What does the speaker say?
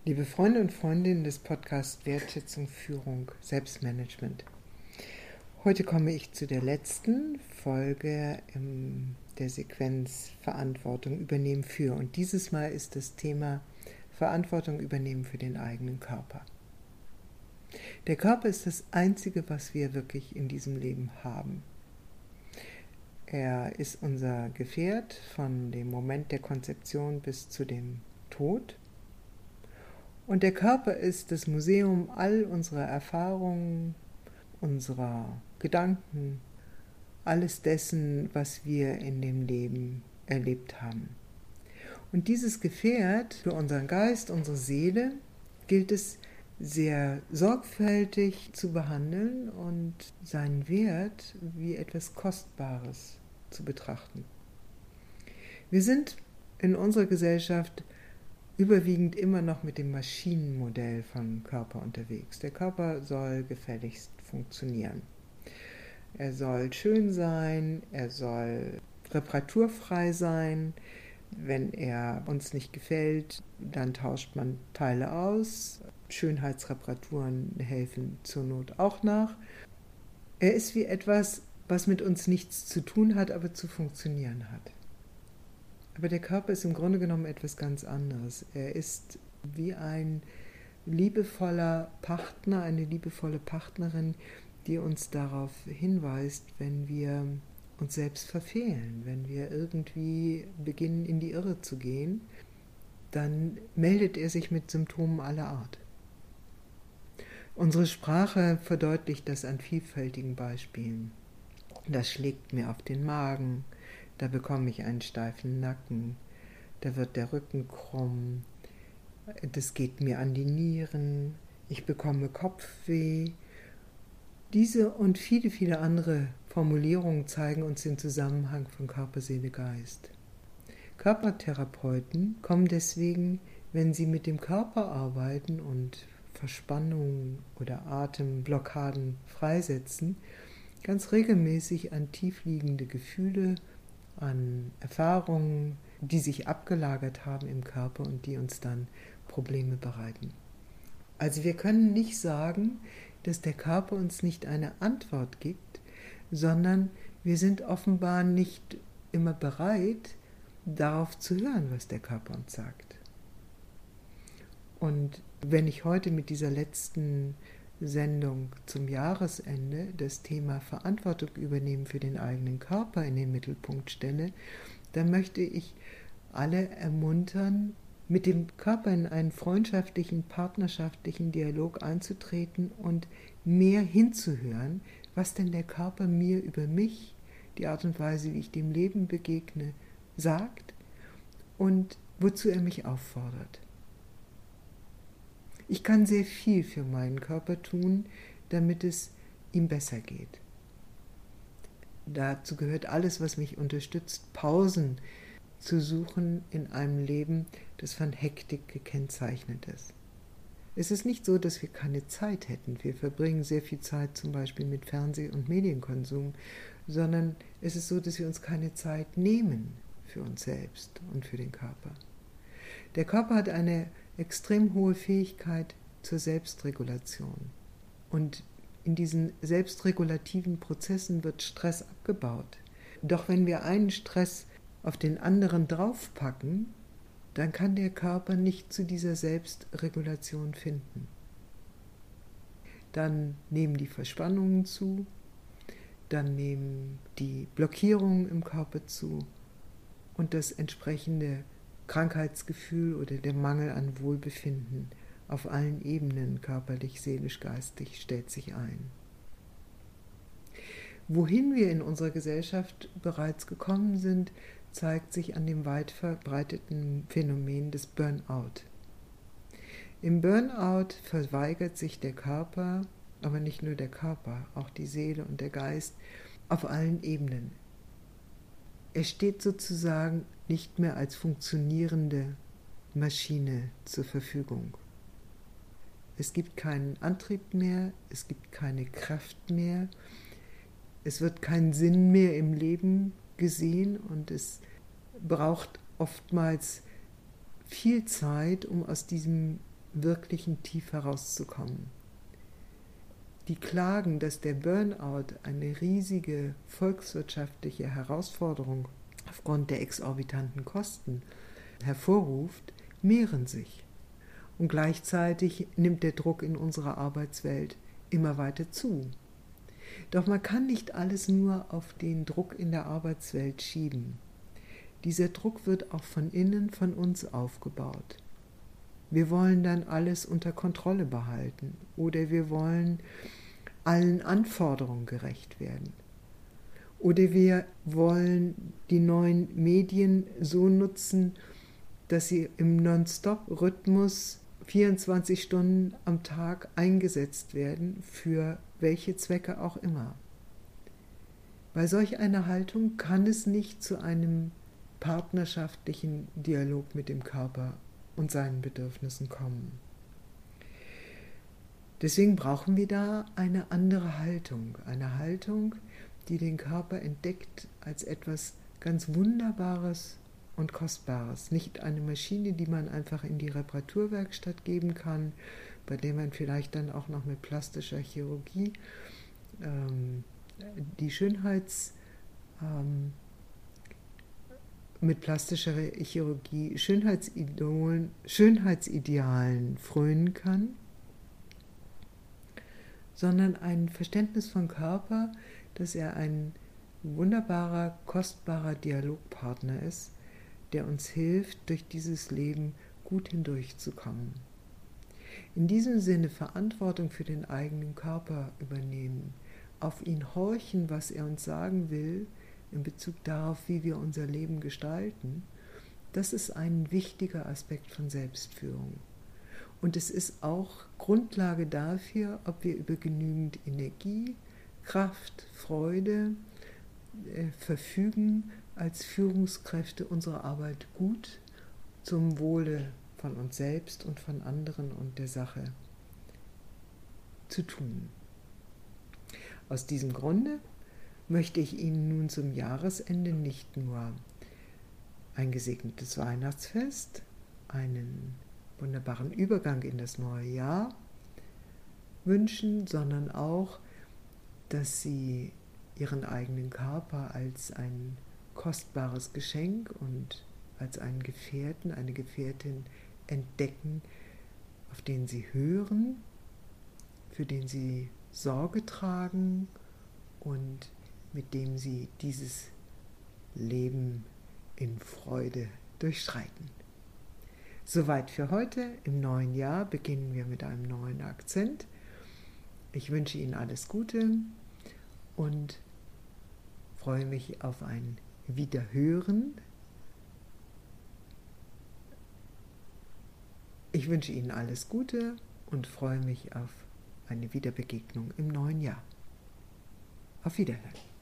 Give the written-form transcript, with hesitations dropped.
Liebe Freunde und Freundinnen des Podcasts Wertschätzung, Führung, Selbstmanagement. Heute komme ich zu der letzten Folge der Sequenz Verantwortung übernehmen für. Und dieses Mal ist das Thema Verantwortung übernehmen für den eigenen Körper. Der Körper ist das Einzige, was wir wirklich in diesem Leben haben. Er ist unser Gefährt von dem Moment der Konzeption bis zu dem Tod. Und der Körper ist das Museum all unserer Erfahrungen, unserer Gedanken, alles dessen, was wir in dem Leben erlebt haben. Und dieses Gefährt für unseren Geist, unsere Seele, gilt es sehr sorgfältig zu behandeln und seinen Wert wie etwas Kostbares zu betrachten. Wir sind in unserer Gesellschaft überwiegend immer noch mit dem Maschinenmodell vom Körper unterwegs. Der Körper soll gefälligst funktionieren. Er soll schön sein, er soll reparaturfrei sein. Wenn er uns nicht gefällt, dann tauscht man Teile aus. Schönheitsreparaturen helfen zur Not auch nach. Er ist wie etwas, was mit uns nichts zu tun hat, aber zu funktionieren hat. Aber der Körper ist im Grunde genommen etwas ganz anderes. Er ist wie ein liebevoller Partner, eine liebevolle Partnerin, die uns darauf hinweist, wenn wir uns selbst verfehlen, wenn wir irgendwie beginnen, in die Irre zu gehen, dann meldet er sich mit Symptomen aller Art. Unsere Sprache verdeutlicht das an vielfältigen Beispielen. Das schlägt mir auf den Magen, da bekomme ich einen steifen Nacken, da wird der Rücken krumm, das geht mir an die Nieren, ich bekomme Kopfweh. Diese und viele, viele andere Formulierungen zeigen uns den Zusammenhang von Körper, Seele, Geist. Körpertherapeuten kommen deswegen, wenn sie mit dem Körper arbeiten und Verspannungen oder Atemblockaden freisetzen, ganz regelmäßig an tiefliegende Gefühle, an Erfahrungen, die sich abgelagert haben im Körper und die uns dann Probleme bereiten. Also wir können nicht sagen, dass der Körper uns nicht eine Antwort gibt, sondern wir sind offenbar nicht immer bereit, darauf zu hören, was der Körper uns sagt. Und wenn ich heute mit dieser letzten Sendung zum Jahresende das Thema Verantwortung übernehmen für den eigenen Körper in den Mittelpunkt stelle, dann möchte ich alle ermuntern, mit dem Körper in einen freundschaftlichen, partnerschaftlichen Dialog einzutreten und mehr hinzuhören, was denn der Körper mir über mich, die Art und Weise, wie ich dem Leben begegne, sagt und wozu er mich auffordert. Ich kann sehr viel für meinen Körper tun, damit es ihm besser geht. Dazu gehört alles, was mich unterstützt, Pausen zu suchen in einem Leben, das von Hektik gekennzeichnet ist. Es ist nicht so, dass wir keine Zeit hätten. Wir verbringen sehr viel Zeit zum Beispiel mit Fernseh- und Medienkonsum, sondern es ist so, dass wir uns keine Zeit nehmen für uns selbst und für den Körper. Der Körper hat eine extrem hohe Fähigkeit zur Selbstregulation. Und in diesen selbstregulativen Prozessen wird Stress abgebaut. Doch wenn wir einen Stress auf den anderen draufpacken, dann kann der Körper nicht zu dieser Selbstregulation finden. Dann nehmen die Verspannungen zu, dann nehmen die Blockierungen im Körper zu und das entsprechende Krankheitsgefühl oder der Mangel an Wohlbefinden auf allen Ebenen, körperlich, seelisch, geistig, stellt sich ein. Wohin wir in unserer Gesellschaft bereits gekommen sind, zeigt sich an dem weit verbreiteten Phänomen des Burnout. Im Burnout verweigert sich der Körper, aber nicht nur der Körper, auch die Seele und der Geist auf allen Ebenen. Er steht sozusagen nicht mehr als funktionierende Maschine zur Verfügung. Es gibt keinen Antrieb mehr, es gibt keine Kraft mehr, es wird kein Sinn mehr im Leben gesehen und es braucht oftmals viel Zeit, um aus diesem wirklichen Tief herauszukommen. Die Klagen, dass der Burnout eine riesige volkswirtschaftliche Herausforderung aufgrund der exorbitanten Kosten hervorruft, mehren sich. Und gleichzeitig nimmt der Druck in unserer Arbeitswelt immer weiter zu. Doch man kann nicht alles nur auf den Druck in der Arbeitswelt schieben. Dieser Druck wird auch von innen von uns aufgebaut. Wir wollen dann alles unter Kontrolle behalten oder wir wollen allen Anforderungen gerecht werden. Oder wir wollen die neuen Medien so nutzen, dass sie im Non-Stop-Rhythmus 24 Stunden am Tag eingesetzt werden, für welche Zwecke auch immer. Bei solch einer Haltung kann es nicht zu einem partnerschaftlichen Dialog mit dem Körper und seinen Bedürfnissen kommen. Deswegen brauchen wir da eine andere Haltung, die den Körper entdeckt als etwas ganz Wunderbares und Kostbares. Nicht eine Maschine, die man einfach in die Reparaturwerkstatt geben kann, bei der man vielleicht dann auch noch mit plastischer Chirurgie Schönheitsidealen frönen kann, sondern ein Verständnis von Körper, dass er ein wunderbarer, kostbarer Dialogpartner ist, der uns hilft, durch dieses Leben gut hindurchzukommen. In diesem Sinne Verantwortung für den eigenen Körper übernehmen, auf ihn horchen, was er uns sagen will, in Bezug darauf, wie wir unser Leben gestalten, das ist ein wichtiger Aspekt von Selbstführung. Und es ist auch Grundlage dafür, ob wir über genügend Energie, Kraft, Freude verfügen, als Führungskräfte unsere Arbeit gut zum Wohle von uns selbst und von anderen und der Sache zu tun. Aus diesem Grunde möchte ich Ihnen nun zum Jahresende nicht nur ein gesegnetes Weihnachtsfest, einen wunderbaren Übergang in das neue Jahr wünschen, sondern auch, dass Sie Ihren eigenen Körper als ein kostbares Geschenk und als einen Gefährten, eine Gefährtin entdecken, auf den Sie hören, für den Sie Sorge tragen und mit dem Sie dieses Leben in Freude durchschreiten. Soweit für heute. Im neuen Jahr beginnen wir mit einem neuen Akzent. Ich wünsche Ihnen alles Gute und freue mich auf ein Wiederhören. Ich wünsche Ihnen alles Gute und freue mich auf eine Wiederbegegnung im neuen Jahr. Auf Wiederhören.